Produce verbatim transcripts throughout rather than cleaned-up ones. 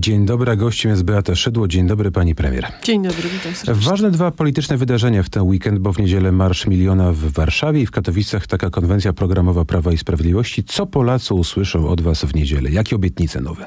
Dzień dobry, a gościem jest Beata Szydło. Dzień dobry, pani premier. Dzień dobry, witam serdecznie. Ważne dwa polityczne wydarzenia w ten weekend, bo w niedzielę Marsz Miliona w Warszawie i w Katowicach taka konwencja programowa Prawa i Sprawiedliwości. Co Polacy usłyszą od was w niedzielę? Jakie obietnice nowe?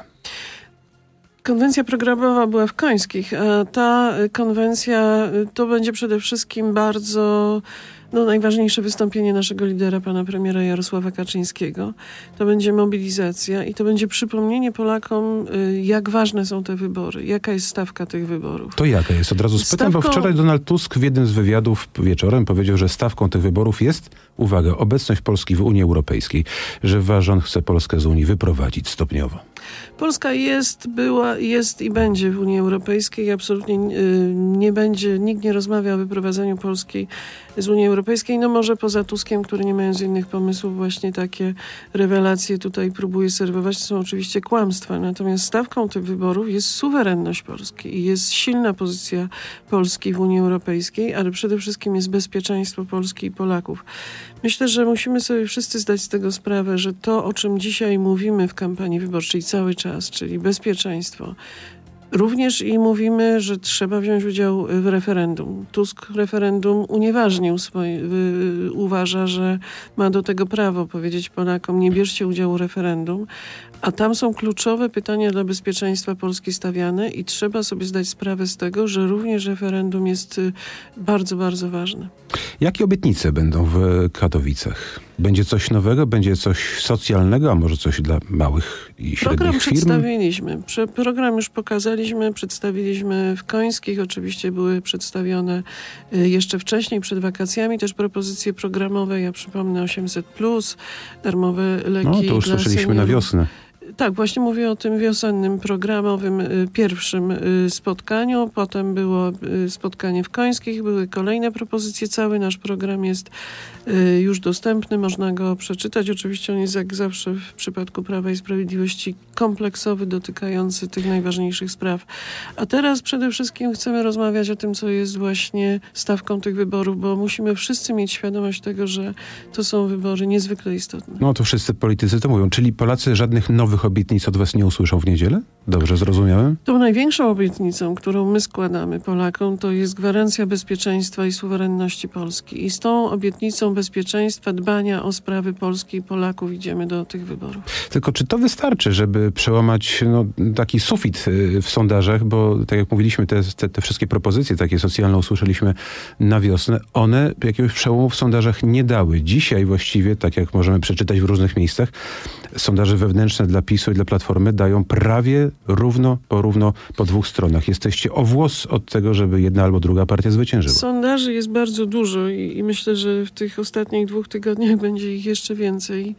Konwencja programowa była w Końskich, a ta konwencja to będzie przede wszystkim bardzo no, najważniejsze wystąpienie naszego lidera, pana premiera Jarosława Kaczyńskiego. To będzie mobilizacja i to będzie przypomnienie Polakom, jak ważne są te wybory, jaka jest stawka tych wyborów. To jaka jest? Od razu spytam, Stawką... bo wczoraj Donald Tusk w jednym z wywiadów wieczorem powiedział, że stawką tych wyborów jest, uwaga, obecność Polski w Unii Europejskiej, że wasz rząd chce Polskę z Unii wyprowadzić stopniowo. Polska jest, była, jest i będzie w Unii Europejskiej. Absolutnie nie będzie, nikt nie rozmawia o wyprowadzeniu Polski z Unii Europejskiej. No może poza Tuskiem, który nie mając innych pomysłów właśnie takie rewelacje tutaj próbuje serwować. To są oczywiście kłamstwa. Natomiast stawką tych wyborów jest suwerenność Polski i jest silna pozycja Polski w Unii Europejskiej, ale przede wszystkim jest bezpieczeństwo Polski i Polaków. Myślę, że musimy sobie wszyscy zdać z tego sprawę, że to, o czym dzisiaj mówimy w kampanii wyborczej cały czas, czyli bezpieczeństwo, również i mówimy, że trzeba wziąć udział w referendum. Tusk referendum unieważnił swoje, y, uważa, że ma do tego prawo powiedzieć Polakom, nie bierzcie udziału w referendum, a tam są kluczowe pytania dla bezpieczeństwa Polski stawiane i trzeba sobie zdać sprawę z tego, że również referendum jest y, bardzo, bardzo ważne. Jakie obietnice będą w Katowicach? Będzie coś nowego? Będzie coś socjalnego, a może coś dla małych i średnich Program firm? przedstawiliśmy. Prze- program już pokazaliśmy, przedstawiliśmy w Końskich. Oczywiście były przedstawione y, jeszcze wcześniej, przed wakacjami, też propozycje programowe. Ja przypomnę osiemset plus, darmowe leki No to już dla słyszeliśmy seniorów. na wiosnę. Tak, właśnie mówię o tym wiosennym programowym y, pierwszym y, spotkaniu. Potem było y, spotkanie w Końskich, były kolejne propozycje. Cały nasz program jest y, już dostępny, można go przeczytać. Oczywiście on jest jak zawsze w przypadku Prawa i Sprawiedliwości kompleksowy, dotykający tych najważniejszych spraw. A teraz przede wszystkim chcemy rozmawiać o tym, co jest właśnie stawką tych wyborów, bo musimy wszyscy mieć świadomość tego, że to są wybory niezwykle istotne. No to wszyscy politycy to mówią. Czyli Polacy żadnych nowych obietnic od was nie usłyszą w niedzielę? Dobrze zrozumiałem? Tą największą obietnicą, którą my składamy Polakom, to jest gwarancja bezpieczeństwa i suwerenności Polski. I z tą obietnicą bezpieczeństwa, dbania o sprawy Polski i Polaków idziemy do tych wyborów. Tylko czy to wystarczy, żeby przełamać no, taki sufit w sondażach, bo tak jak mówiliśmy, te, te, te wszystkie propozycje takie socjalne usłyszeliśmy na wiosnę, one jakiegoś przełomu w sondażach nie dały. Dzisiaj właściwie, tak jak możemy przeczytać w różnych miejscach, sondaże wewnętrzne dla PiSu i dla Platformy dają prawie równo, porówno po dwóch stronach. Jesteście o włos od tego, żeby jedna albo druga partia zwyciężyła. Sondaży jest bardzo dużo i, i myślę, że w tych ostatnich dwóch tygodniach będzie ich jeszcze więcej.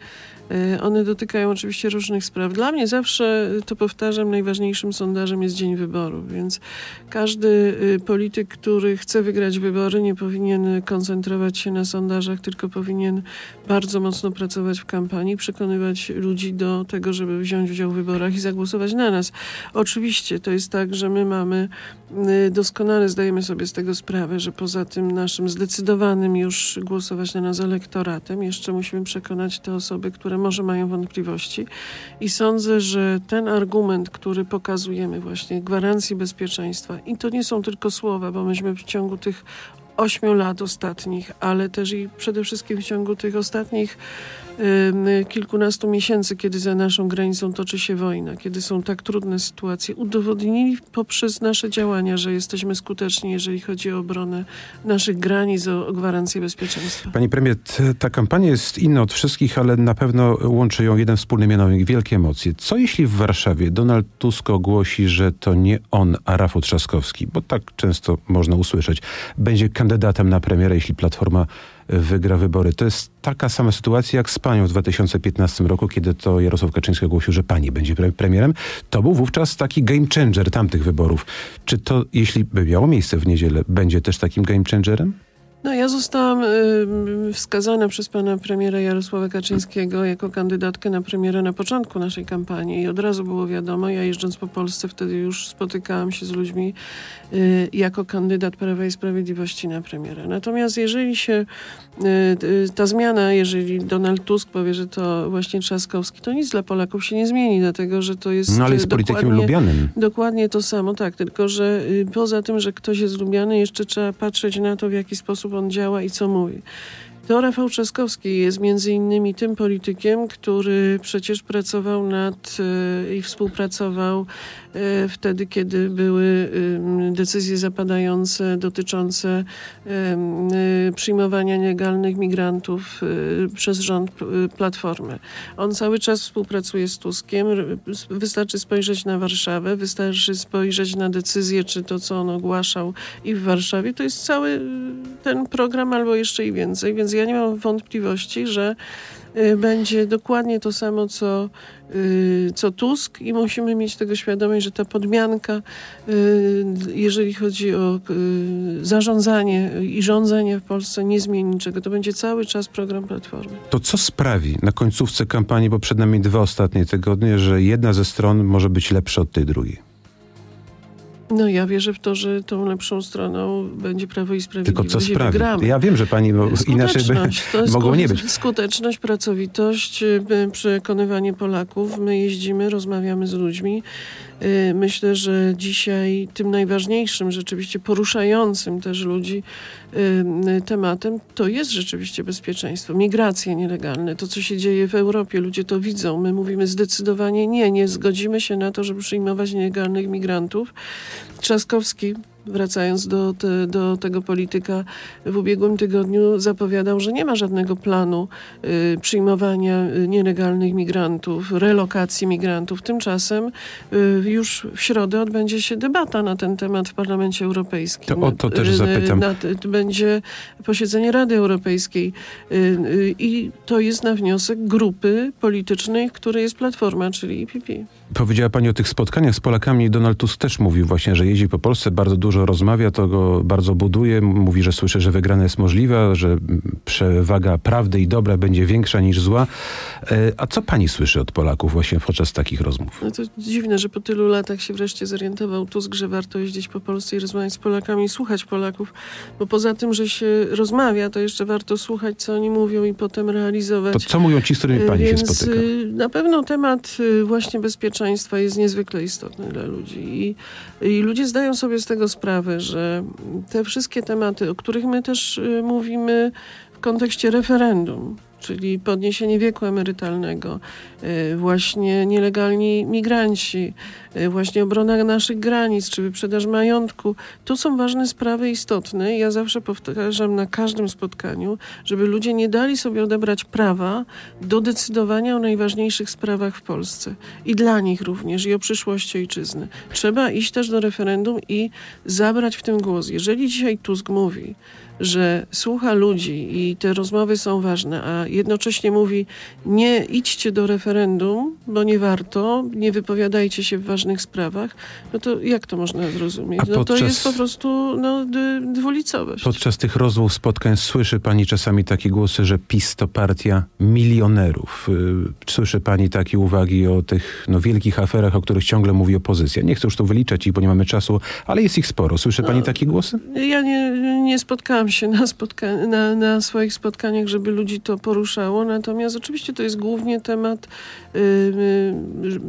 One dotykają oczywiście różnych spraw. Dla mnie zawsze, to powtarzam, najważniejszym sondażem jest dzień wyborów, więc każdy polityk, który chce wygrać wybory, nie powinien koncentrować się na sondażach, tylko powinien bardzo mocno pracować w kampanii, przekonywać ludzi do tego, żeby wziąć udział w wyborach i zagłosować na nas. Oczywiście to jest tak, że my mamy doskonale, zdajemy sobie z tego sprawę, że poza tym naszym zdecydowanym już głosować na nas elektoratem, jeszcze musimy przekonać te osoby, które może mają wątpliwości i sądzę, że ten argument, który pokazujemy właśnie, gwarancji bezpieczeństwa i to nie są tylko słowa, bo myśmy w ciągu tych ośmiu lat ostatnich, ale też i przede wszystkim w ciągu tych ostatnich y, kilkunastu miesięcy, kiedy za naszą granicą toczy się wojna, kiedy są tak trudne sytuacje, udowodnili poprzez nasze działania, że jesteśmy skuteczni, jeżeli chodzi o obronę naszych granic, o, o gwarancję bezpieczeństwa. Pani premier, ta kampania jest inna od wszystkich, ale na pewno łączy ją jeden wspólny mianownik, wielkie emocje. Co jeśli w Warszawie Donald Tusk ogłosi, że to nie on, a Rafał Trzaskowski, bo tak często można usłyszeć, będzie kandydatem na premiera, jeśli Platforma wygra wybory. To jest taka sama sytuacja jak z panią w dwa tysiące piętnastym roku, kiedy to Jarosław Kaczyński ogłosił, że pani będzie pre- premierem. To był wówczas taki game changer tamtych wyborów. Czy to, jeśli by miało miejsce w niedzielę, będzie też takim game changerem? No, ja zostałam y, wskazana przez pana premiera Jarosława Kaczyńskiego jako kandydatkę na premiera na początku naszej kampanii i od razu było wiadomo, ja jeżdżąc po Polsce wtedy już spotykałam się z ludźmi y, jako kandydat Prawa i Sprawiedliwości na premiera. Natomiast jeżeli się y, y, ta zmiana, jeżeli Donald Tusk powie, że to właśnie Trzaskowski, to nic dla Polaków się nie zmieni, dlatego że to jest No ale jest politykiem lubianym. Dokładnie to samo, tak, tylko że y, poza tym, że ktoś jest lubiany, jeszcze trzeba patrzeć na to, w jaki sposób on działa i co mówi. To Rafał Trzaskowski jest między innymi tym politykiem, który przecież pracował nad y, i współpracował y, wtedy, kiedy były y, decyzje zapadające dotyczące y, y, przyjmowania nielegalnych migrantów y, przez rząd y, Platformy. On cały czas współpracuje z Tuskiem. Wystarczy spojrzeć na Warszawę, wystarczy spojrzeć na decyzję, czy to, co on ogłaszał i w Warszawie, to jest cały ten program albo jeszcze i więcej, więc ja nie mam wątpliwości, że y, będzie dokładnie to samo, co, y, co Tusk i musimy mieć tego świadomość, że ta podmianka, y, jeżeli chodzi o y, zarządzanie i rządzenie w Polsce, nie zmieni niczego. To będzie cały czas program Platformy. To co sprawi na końcówce kampanii, bo przed nami dwa ostatnie tygodnie, że jedna ze stron może być lepsza od tej drugiej? No ja wierzę w to, że tą lepszą stroną będzie Prawo i Sprawiedliwość. Tylko co sprawi? Wygramy. Ja wiem, że pani bo inaczej by to jest mogło nie być. Skuteczność, pracowitość, przekonywanie Polaków. My jeździmy, rozmawiamy z ludźmi. Myślę, że dzisiaj tym najważniejszym, rzeczywiście poruszającym też ludzi tematem, to jest rzeczywiście bezpieczeństwo, migracje nielegalne, to co się dzieje w Europie. Ludzie to widzą. My mówimy zdecydowanie nie, nie zgodzimy się na to, żeby przyjmować nielegalnych migrantów. Trzaskowski, wracając do, te, do tego polityka, w ubiegłym tygodniu zapowiadał, że nie ma żadnego planu y, przyjmowania nielegalnych migrantów, relokacji migrantów. Tymczasem y, już w środę odbędzie się debata na ten temat w Parlamencie Europejskim. To o to też zapytam. Na, na, będzie posiedzenie Rady Europejskiej y, y, i to jest na wniosek grupy politycznej, której jest Platforma, czyli E P P. Powiedziała pani o tych spotkaniach z Polakami. Donald Tusk też mówił właśnie, że jeździ po Polsce, bardzo dużo rozmawia, to go bardzo buduje. Mówi, że słyszy, że wygrana jest możliwa, że przewaga prawdy i dobra będzie większa niż zła. A co pani słyszy od Polaków właśnie podczas takich rozmów? No to dziwne, że po tylu latach się wreszcie zorientował Tusk, że warto jeździć po Polsce i rozmawiać z Polakami i słuchać Polaków, bo poza tym, że się rozmawia, to jeszcze warto słuchać, co oni mówią i potem realizować. To co mówią ci, z którymi pani Więc się spotyka? Na pewno temat właśnie bezpieczeństwa jest niezwykle istotny dla ludzi I, i ludzie zdają sobie z tego sprawę, że te wszystkie tematy, o których my też mówimy w kontekście referendum, czyli podniesienie wieku emerytalnego, właśnie nielegalni migranci, właśnie obrona naszych granic, czy wyprzedaż majątku. To są ważne sprawy istotne. Ja zawsze powtarzam na każdym spotkaniu, żeby ludzie nie dali sobie odebrać prawa do decydowania o najważniejszych sprawach w Polsce. I dla nich również, i o przyszłości ojczyzny. Trzeba iść też do referendum i zabrać w tym głos. Jeżeli dzisiaj Tusk mówi, że słucha ludzi i te rozmowy są ważne, a jednocześnie mówi, nie idźcie do referendum, bo nie warto, nie wypowiadajcie się w ważnych sprawach, no to jak to można zrozumieć? No podczas, to jest po prostu no, dwulicowość. Podczas tych rozmów, spotkań słyszy pani czasami takie głosy, że PiS to partia milionerów. Słyszy pani takie uwagi o tych no, wielkich aferach, o których ciągle mówi opozycja. Nie chcę już tu wyliczać ich, bo nie mamy czasu, ale jest ich sporo. Słyszy pani no, takie głosy? Ja nie, nie spotkałam się na, spotka- na, na swoich spotkaniach, żeby ludzi to poruszało. Natomiast oczywiście to jest głównie temat, yy, yy,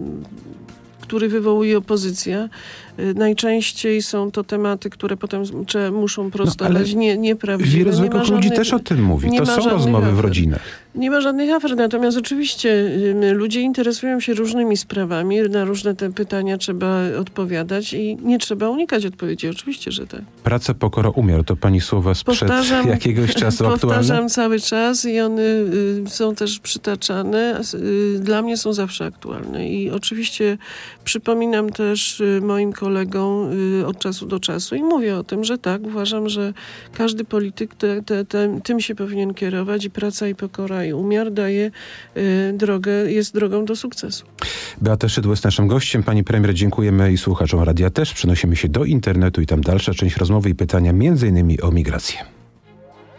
który wywołuje opozycja. Najczęściej są to tematy, które potem muszą prostować, no, nie, nieprawdziwe. Wiele zwykłych ludzi żadnych, też o tym mówi. To są rozmowy afer. w rodzinach. Nie ma żadnych afer, natomiast oczywiście y, ludzie interesują się różnymi sprawami. Na różne te pytania trzeba odpowiadać i nie trzeba unikać odpowiedzi. Oczywiście, że tak. Praca, pokora, umiar. To pani słowa sprzed powtarzam, jakiegoś czasu aktualne? Powtarzam cały czas i one y, są też przytaczane. Y, dla mnie są zawsze aktualne. I oczywiście przypominam też y, moim kolegom, kolegą y, od czasu do czasu i mówię o tym, że tak, uważam, że każdy polityk te, te, te, tym się powinien kierować i praca i pokora i umiar daje y, drogę, jest drogą do sukcesu. Beata Szydło jest naszym gościem. Pani premier, dziękujemy i słuchaczom radia też. Przenosimy się do internetu i tam dalsza część rozmowy i pytania między innymi o migrację.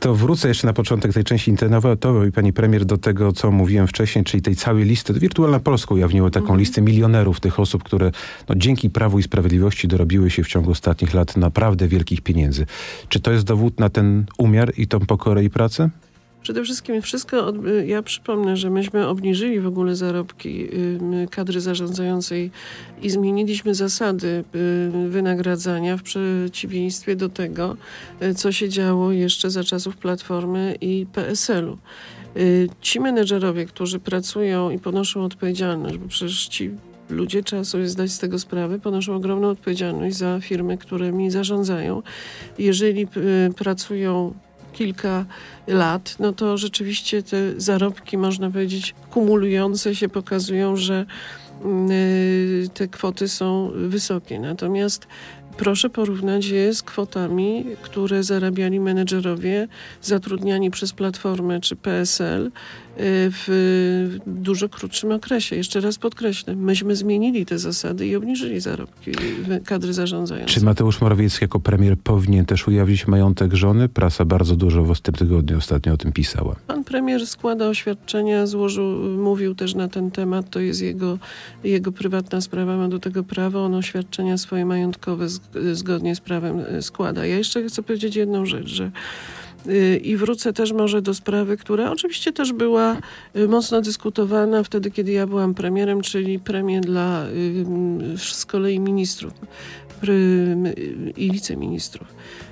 To wrócę jeszcze na początek tej części internetowej, pani premier, do tego, co mówiłem wcześniej, czyli tej całej listy. Wirtualna Polska ujawniła taką mhm. listę milionerów, tych osób, które no, dzięki Prawu i Sprawiedliwości dorobiły się w ciągu ostatnich lat naprawdę wielkich pieniędzy. Czy to jest dowód na ten umiar i tą pokorę i pracę? Przede wszystkim wszystko, od, ja przypomnę, że myśmy obniżyli w ogóle zarobki y, kadry zarządzającej i zmieniliśmy zasady y, wynagradzania w przeciwieństwie do tego, y, co się działo jeszcze za czasów Platformy i P S L-u. Y, ci menedżerowie, którzy pracują i ponoszą odpowiedzialność, bo przecież ci ludzie, trzeba sobie zdać z tego sprawę, ponoszą ogromną odpowiedzialność za firmy, którymi zarządzają. Jeżeli y, pracują kilka lat, no to rzeczywiście te zarobki, można powiedzieć, kumulujące się pokazują, że y, te kwoty są wysokie. Natomiast proszę porównać je z kwotami, które zarabiali menedżerowie zatrudniani przez Platformę czy P S L w dużo krótszym okresie. Jeszcze raz podkreślę, myśmy zmienili te zasady i obniżyli zarobki kadry zarządzającej. Czy Mateusz Morawiecki jako premier powinien też ujawnić majątek żony? Prasa bardzo dużo w tym tygodniu ostatnio o tym pisała. Pan premier składa oświadczenia, złożył, mówił też na ten temat, to jest jego, jego prywatna sprawa, ma do tego prawo, on oświadczenia swoje majątkowe z, zgodnie z prawem składa. Ja jeszcze chcę powiedzieć jedną rzecz, że i wrócę też może do sprawy, która oczywiście też była mocno dyskutowana wtedy, kiedy ja byłam premierem, czyli premie dla z kolei ministrów i wiceministrów.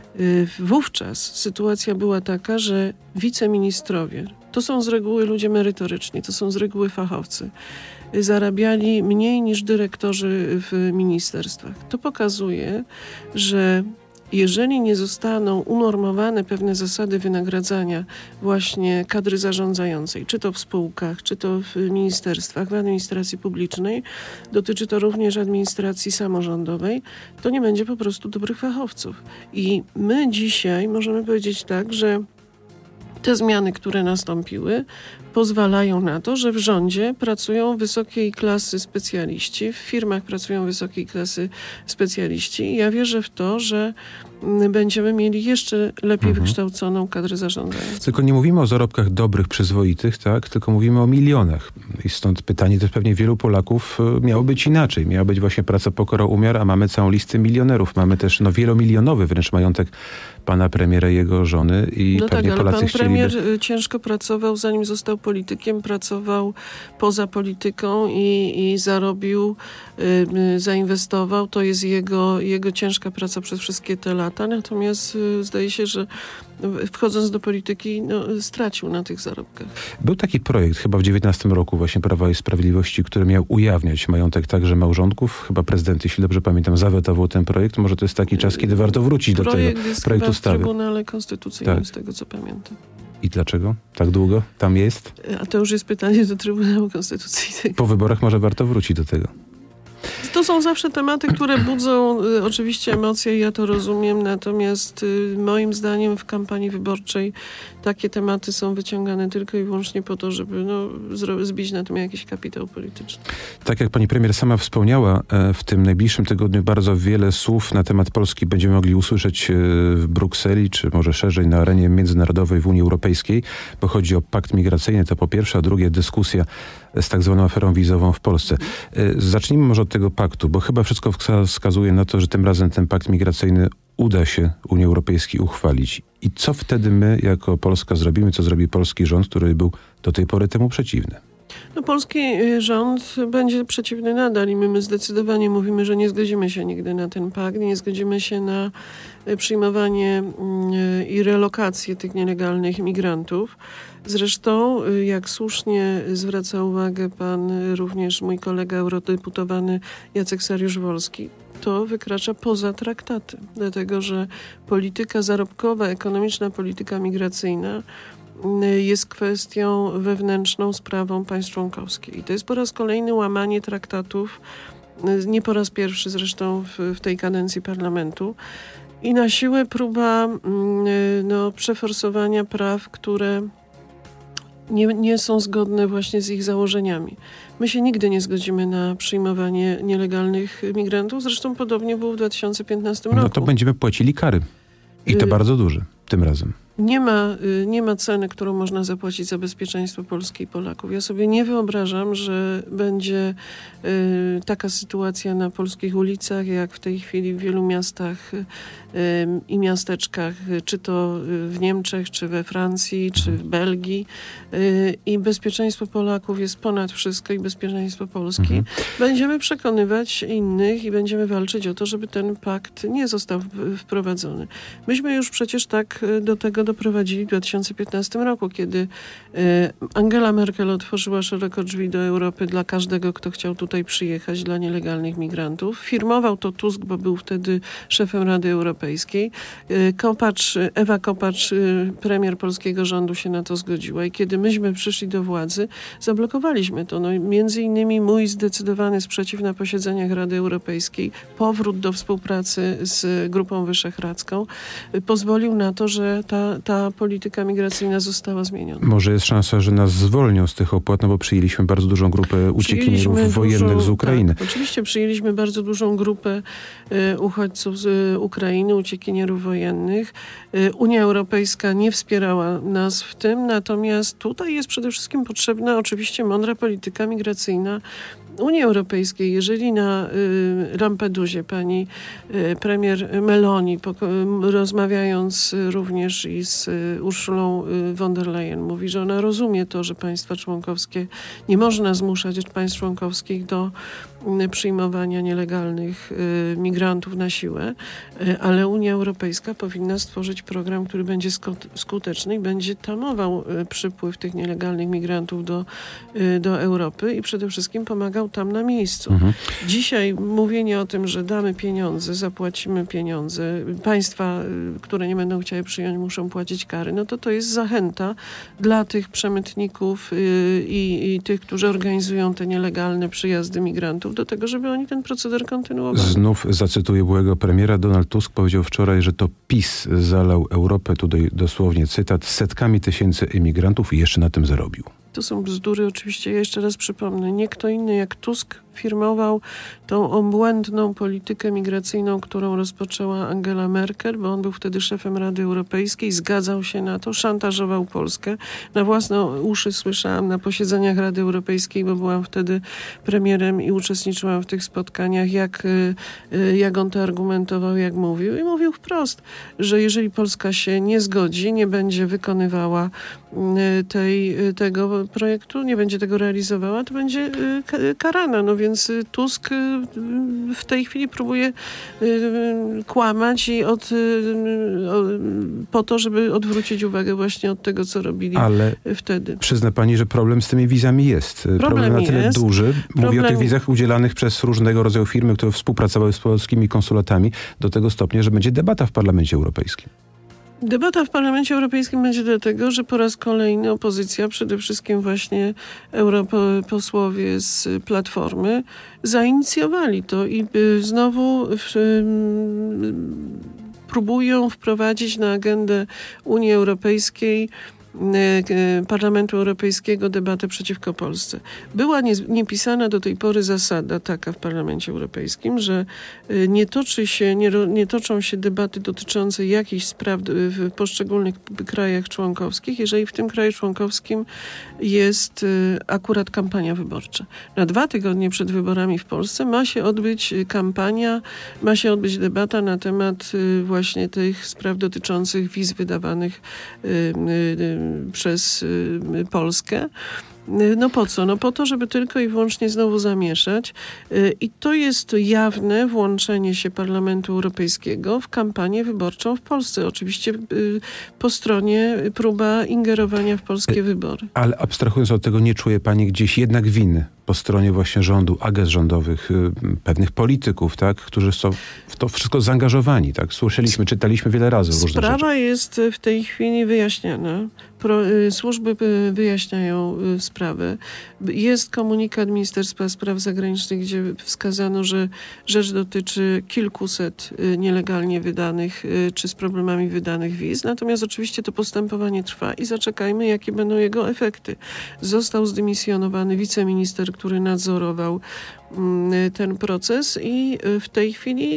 Wówczas sytuacja była taka, że wiceministrowie, to są z reguły ludzie merytoryczni, to są z reguły fachowcy, zarabiali mniej niż dyrektorzy w ministerstwach. To pokazuje, że jeżeli nie zostaną unormowane pewne zasady wynagradzania właśnie kadry zarządzającej, czy to w spółkach, czy to w ministerstwach, w administracji publicznej, dotyczy to również administracji samorządowej, to nie będzie po prostu dobrych fachowców. I my dzisiaj możemy powiedzieć tak, że te zmiany, które nastąpiły, pozwalają na to, że w rządzie pracują wysokiej klasy specjaliści, w firmach pracują wysokiej klasy specjaliści i ja wierzę w to, że będziemy mieli jeszcze lepiej mhm. wykształconą kadrę zarządzającą. Tylko nie mówimy o zarobkach dobrych, przyzwoitych, tak? Tylko mówimy o milionach. I stąd pytanie też pewnie wielu Polaków miało być inaczej. Miała być właśnie praca, pokora, umiar, a mamy całą listę milionerów. Mamy też no, wielomilionowy wręcz majątek pana premiera i jego żony i no pewnie tak, Polacy ale pan premier chcieliby... ciężko pracował, zanim został politykiem, pracował poza polityką i, i zarobił, y, zainwestował. To jest jego, jego ciężka praca przez wszystkie te lata. Natomiast y, zdaje się, że wchodząc do polityki no, stracił na tych zarobkach. Był taki projekt chyba w dziewiętnastym roku właśnie Prawa i Sprawiedliwości, który miał ujawniać majątek także małżonków. Chyba prezydent, jeśli dobrze pamiętam, zawetował ten projekt. Może to jest taki czas, kiedy warto wrócić do projekt tego jest projektu chyba ustawy. w Trybunale Konstytucyjnym, tak. z tego co pamiętam. I dlaczego tak długo tam jest? A to już jest pytanie do Trybunału Konstytucyjnego. Po wyborach może warto wrócić do tego. To są zawsze tematy, które budzą y, oczywiście emocje, ja to rozumiem, natomiast y, moim zdaniem w kampanii wyborczej takie tematy są wyciągane tylko i wyłącznie po to, żeby no, zro- zbić na tym jakiś kapitał polityczny. Tak jak pani premier sama wspomniała, w tym najbliższym tygodniu bardzo wiele słów na temat Polski będziemy mogli usłyszeć w Brukseli, czy może szerzej na arenie międzynarodowej w Unii Europejskiej, bo chodzi o pakt migracyjny, to po pierwsze, a drugie dyskusja z tak zwaną aferą wizową w Polsce. Zacznijmy może od tego paktu, bo chyba wszystko wskazuje na to, że tym razem ten pakt migracyjny uda się Unii Europejskiej uchwalić. I co wtedy my jako Polska zrobimy, co zrobi polski rząd, który był do tej pory temu przeciwny? No, polski rząd będzie przeciwny nadal i my, my zdecydowanie mówimy, że nie zgodzimy się nigdy na ten pakt, nie zgodzimy się na przyjmowanie i relokację tych nielegalnych imigrantów. Zresztą, jak słusznie zwraca uwagę pan również mój kolega eurodeputowany Jacek Saryusz-Wolski, to wykracza poza traktaty, dlatego że polityka zarobkowa, ekonomiczna polityka migracyjna jest kwestią wewnętrzną, sprawą państw członkowskich. I to jest po raz kolejny łamanie traktatów, nie po raz pierwszy zresztą w, w tej kadencji parlamentu. I na siłę próba no, przeforsowania praw, które nie, nie są zgodne właśnie z ich założeniami. My się nigdy nie zgodzimy na przyjmowanie nielegalnych migrantów. Zresztą podobnie było w dwa tysiące piętnastym roku. No to będziemy płacili kary. I to y- bardzo duże tym razem. Nie ma, nie ma ceny, którą można zapłacić za bezpieczeństwo Polski i Polaków. Ja sobie nie wyobrażam, że będzie y, taka sytuacja na polskich ulicach, jak w tej chwili w wielu miastach y, i miasteczkach, czy to w Niemczech, czy we Francji, czy w Belgii. Y, I bezpieczeństwo Polaków jest ponad wszystko i bezpieczeństwo Polski. Mhm. Będziemy przekonywać innych i będziemy walczyć o to, żeby ten pakt nie został wprowadzony. Myśmy już przecież tak do tego doprowadzili w dwa tysiące piętnastym roku, kiedy Angela Merkel otworzyła szeroko drzwi do Europy dla każdego, kto chciał tutaj przyjechać, dla nielegalnych migrantów. Firmował to Tusk, bo był wtedy szefem Rady Europejskiej. Kopacz, Ewa Kopacz, premier polskiego rządu, się na to zgodziła i kiedy myśmy przyszli do władzy, zablokowaliśmy to. No, między innymi mój zdecydowany sprzeciw na posiedzeniach Rady Europejskiej, powrót do współpracy z Grupą Wyszehradzką pozwolił na to, że ta, ta polityka migracyjna została zmieniona. Może jest szansa, że nas zwolnią z tych opłat, no bo przyjęliśmy bardzo dużą grupę uciekinierów wojennych dużą, z Ukrainy. Tak, oczywiście przyjęliśmy bardzo dużą grupę y, uchodźców z y, Ukrainy, uciekinierów wojennych. Y, Unia Europejska nie wspierała nas w tym, natomiast tutaj jest przede wszystkim potrzebna oczywiście mądra polityka migracyjna Unii Europejskiej. Jeżeli na y, Lampedusie pani y, premier Meloni, poko- rozmawiając również i z y, Urszulą y, von der Leyen, mówi, że ona rozumie to, że państwa członkowskie, nie można zmuszać państw członkowskich do y, przyjmowania nielegalnych y, migrantów na siłę, y, ale Unia Europejska powinna stworzyć program, który będzie skut- skuteczny i będzie tamował y, przypływ tych nielegalnych migrantów do, y, do Europy i przede wszystkim pomagał tam na miejscu. Mhm. Dzisiaj mówienie o tym, że damy pieniądze, zapłacimy pieniądze, państwa, które nie będą chciały przyjąć, muszą płacić kary, no to to jest zachęta dla tych przemytników i, i tych, którzy organizują te nielegalne przyjazdy migrantów do tego, żeby oni ten proceder kontynuowali. Znów zacytuję byłego premiera. Donald Tusk powiedział wczoraj, że to PiS zalał Europę, tutaj dosłownie cytat, setkami tysięcy imigrantów i jeszcze na tym zarobił. To są bzdury, oczywiście. Ja jeszcze raz przypomnę. Nie kto inny jak Tusk firmował tą obłędną politykę migracyjną, którą rozpoczęła Angela Merkel, bo on był wtedy szefem Rady Europejskiej, zgadzał się na to, szantażował Polskę. Na własne uszy słyszałam na posiedzeniach Rady Europejskiej, bo byłam wtedy premierem i uczestniczyłam w tych spotkaniach, jak, jak on to argumentował, jak mówił. I mówił wprost, że jeżeli Polska się nie zgodzi, nie będzie wykonywała tej, tego projektu, nie będzie tego realizowała, to będzie karana. No więc Tusk w tej chwili próbuje kłamać i od, po to, żeby odwrócić uwagę właśnie od tego, co robili Ale wtedy. Przyzna pani, że problem z tymi wizami jest. Problem, problem na tyle jest. duży. Mówię problem... o tych wizach udzielanych przez różnego rodzaju firmy, które współpracowały z polskimi konsulatami do tego stopnia, że będzie debata w Parlamencie Europejskim. Debata w Parlamencie Europejskim będzie dlatego, że po raz kolejny opozycja, przede wszystkim właśnie europosłowie z Platformy, zainicjowali to i znowu w, próbują wprowadzić na agendę Unii Europejskiej, Parlamentu Europejskiego debatę przeciwko Polsce. Była nie, niepisana do tej pory zasada taka w Parlamencie Europejskim, że nie toczy się, nie, nie toczą się debaty dotyczące jakichś spraw w poszczególnych krajach członkowskich, jeżeli w tym kraju członkowskim jest akurat kampania wyborcza. Na dwa tygodnie przed wyborami w Polsce ma się odbyć kampania, ma się odbyć debata na temat właśnie tych spraw dotyczących wiz wydawanych przez Polskę. No po co? No po to, żeby tylko i wyłącznie znowu zamieszać. I to jest jawne włączenie się Parlamentu Europejskiego w kampanię wyborczą w Polsce. Oczywiście po stronie próba ingerowania w polskie wybory. Ale abstrahując od tego, nie czuje pani gdzieś jednak winy po stronie właśnie rządu, agent rządowych, pewnych polityków, tak, którzy są w to wszystko zaangażowani, tak? Słyszeliśmy, czytaliśmy wiele razy różne rzeczy. Sprawa jest w tej chwili wyjaśniana. Pro, służby wyjaśniają sprawę. Jest komunikat Ministerstwa Spraw Zagranicznych, gdzie wskazano, że rzecz dotyczy kilkuset nielegalnie wydanych, czy z problemami wydanych wiz. Natomiast oczywiście to postępowanie trwa i zaczekajmy, jakie będą jego efekty. Został zdymisjonowany wiceminister, który nadzorował ten proces i w tej chwili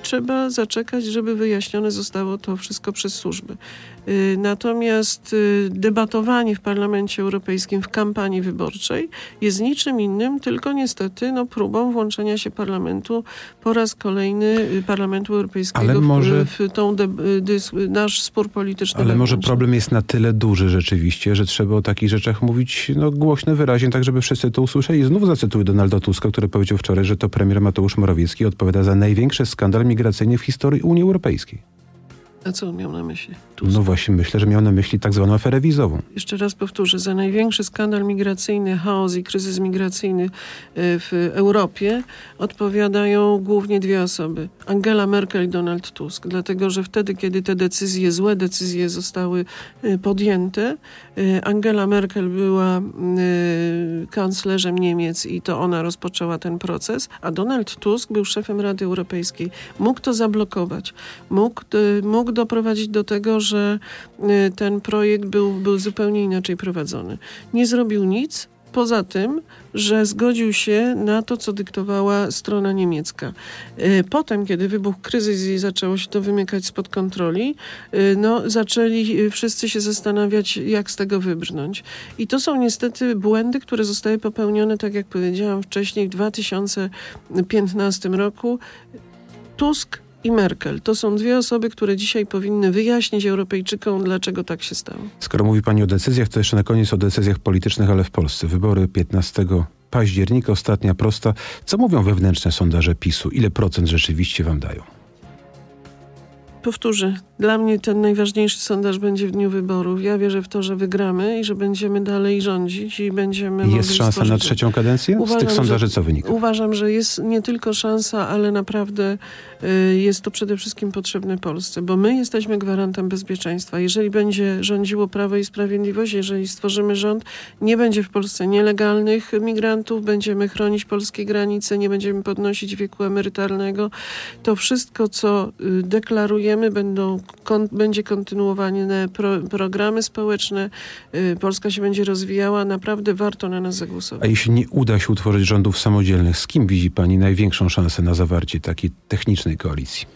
trzeba zaczekać, żeby wyjaśnione zostało to wszystko przez służby. Natomiast debatowanie w Parlamencie Europejskim w kampanii wyborczej jest niczym innym, tylko niestety no, próbą włączenia się parlamentu po raz kolejny Parlamentu Europejskiego ale może, w, w tą de, dys, nasz spór polityczny. Ale może problem jest na tyle duży rzeczywiście, że trzeba o takich rzeczach mówić no, głośno, wyraźnie, tak żeby wszyscy to usłyszeli. Znów zacytuję Donalda Tuska, który powiedział wczoraj, że to premier Mateusz Morawiecki odpowiada za największy skandal migracyjny w historii Unii Europejskiej. A co on miał na myśli? Tusk. No właśnie, myślę, że miał na myśli tak zwaną aferę wizową. Jeszcze raz powtórzę, za największy skandal migracyjny, chaos i kryzys migracyjny w Europie odpowiadają głównie dwie osoby. Angela Merkel i Donald Tusk. Dlatego, że wtedy, kiedy te decyzje, złe decyzje zostały podjęte, Angela Merkel była kanclerzem Niemiec i to ona rozpoczęła ten proces, a Donald Tusk był szefem Rady Europejskiej. Mógł to zablokować. Mógł, mógł doprowadzić do tego, że ten projekt był, był zupełnie inaczej prowadzony. Nie zrobił nic, poza tym, że zgodził się na to, co dyktowała strona niemiecka. Potem, kiedy wybuchł kryzys i zaczęło się to wymykać spod kontroli, no, zaczęli wszyscy się zastanawiać, jak z tego wybrnąć. I to są niestety błędy, które zostały popełnione, tak jak powiedziałam wcześniej, w dwa tysiące piętnastym roku. Tusk i Merkel. To są dwie osoby, które dzisiaj powinny wyjaśnić Europejczykom, dlaczego tak się stało. Skoro mówi pani o decyzjach, to jeszcze na koniec o decyzjach politycznych, ale w Polsce. Wybory piętnastego października, ostatnia prosta. Co mówią wewnętrzne sondaże PiSu? Ile procent rzeczywiście wam dają? Powtórzę, dla mnie ten najważniejszy sondaż będzie w dniu wyborów. Ja wierzę w to, że wygramy i że będziemy dalej rządzić i będziemy... Jest szansa stworzyć... na trzecią kadencję? Uważam, z tych sondaży co wynika? Uważam, że jest nie tylko szansa, ale naprawdę y, jest to przede wszystkim potrzebne Polsce, bo my jesteśmy gwarantem bezpieczeństwa. Jeżeli będzie rządziło Prawo i Sprawiedliwość, jeżeli stworzymy rząd, nie będzie w Polsce nielegalnych migrantów, będziemy chronić polskie granice, nie będziemy podnosić wieku emerytalnego. To wszystko, co y, deklarujemy, Będą, kon, będzie kontynuowane pro, programy społeczne, y, Polska się będzie rozwijała, naprawdę warto na nas zagłosować. A jeśli nie uda się utworzyć rządów samodzielnych, z kim widzi pani największą szansę na zawarcie takiej technicznej koalicji?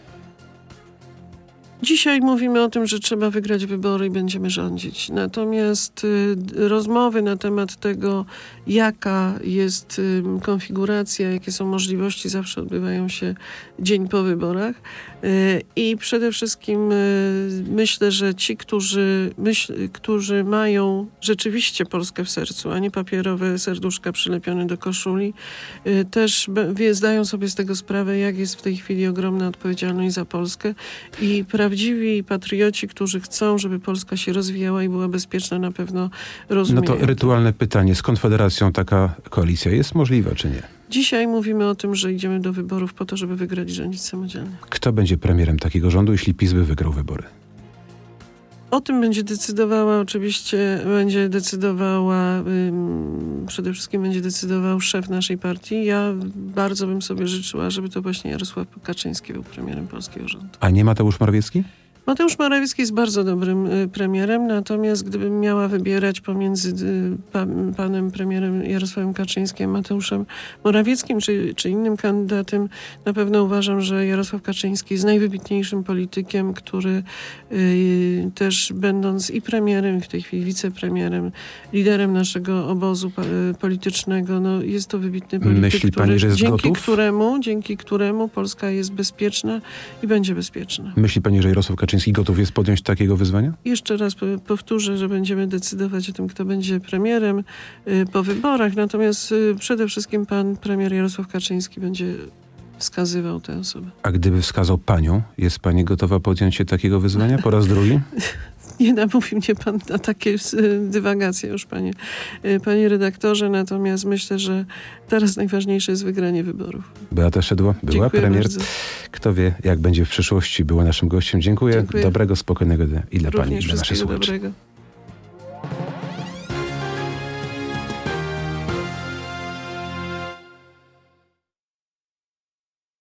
Dzisiaj mówimy o tym, że trzeba wygrać wybory i będziemy rządzić. Natomiast y, rozmowy na temat tego, jaka jest y, konfiguracja, jakie są możliwości, zawsze odbywają się dzień po wyborach. Y, I przede wszystkim y, myślę, że ci, którzy, myśl, którzy mają rzeczywiście Polskę w sercu, a nie papierowe serduszka przylepione do koszuli, y, też be, zdają sobie z tego sprawę, jak jest w tej chwili ogromna odpowiedzialność za Polskę i prawdziwie Prawdziwi patrioci, którzy chcą, żeby Polska się rozwijała i była bezpieczna, na pewno rozumieją. No to rytualne pytanie. Z Konfederacją taka koalicja jest możliwa, czy nie? Dzisiaj mówimy o tym, że idziemy do wyborów po to, żeby wygrać i rządzić samodzielnie. Kto będzie premierem takiego rządu, jeśli PiS by wygrał wybory? O tym będzie decydowała oczywiście, będzie decydowała, ym, przede wszystkim będzie decydował szef naszej partii. Ja bardzo bym sobie życzyła, żeby to właśnie Jarosław Kaczyński był premierem polskiego rządu. A nie Mateusz Morawiecki? Mateusz Morawiecki jest bardzo dobrym y, premierem, natomiast gdybym miała wybierać pomiędzy y, pa, panem premierem Jarosławem Kaczyńskim, Mateuszem Morawieckim czy, czy innym kandydatem, na pewno uważam, że Jarosław Kaczyński jest najwybitniejszym politykiem, który y, też będąc i premierem, i w tej chwili wicepremierem, liderem naszego obozu y, politycznego, no, jest to wybitny polityk, Myśli który, pani, że jest dzięki gotów? któremu, dzięki któremu Polska jest bezpieczna i będzie bezpieczna. Myśli pani, że Jarosław Kaczyński gotów jest podjąć takiego wyzwania? Jeszcze raz powtórzę, że będziemy decydować o tym, kto będzie premierem y, po wyborach, natomiast y, przede wszystkim pan premier Jarosław Kaczyński będzie wskazywał tę osobę. A gdyby wskazał panią, jest pani gotowa podjąć się takiego wyzwania po raz drugi? Nie namówi mnie pan na takie dywagacje już, panie, panie redaktorze, natomiast myślę, że teraz najważniejsze jest wygranie wyborów. Beata Szydło była Dziękuję premier. Bardzo. Kto wie, jak będzie w przyszłości, była naszym gościem. Dziękuję. Dziękuję. Dobrego, spokojnego dnia i dla Również pani, i dla naszych słuchaczy. dobrego.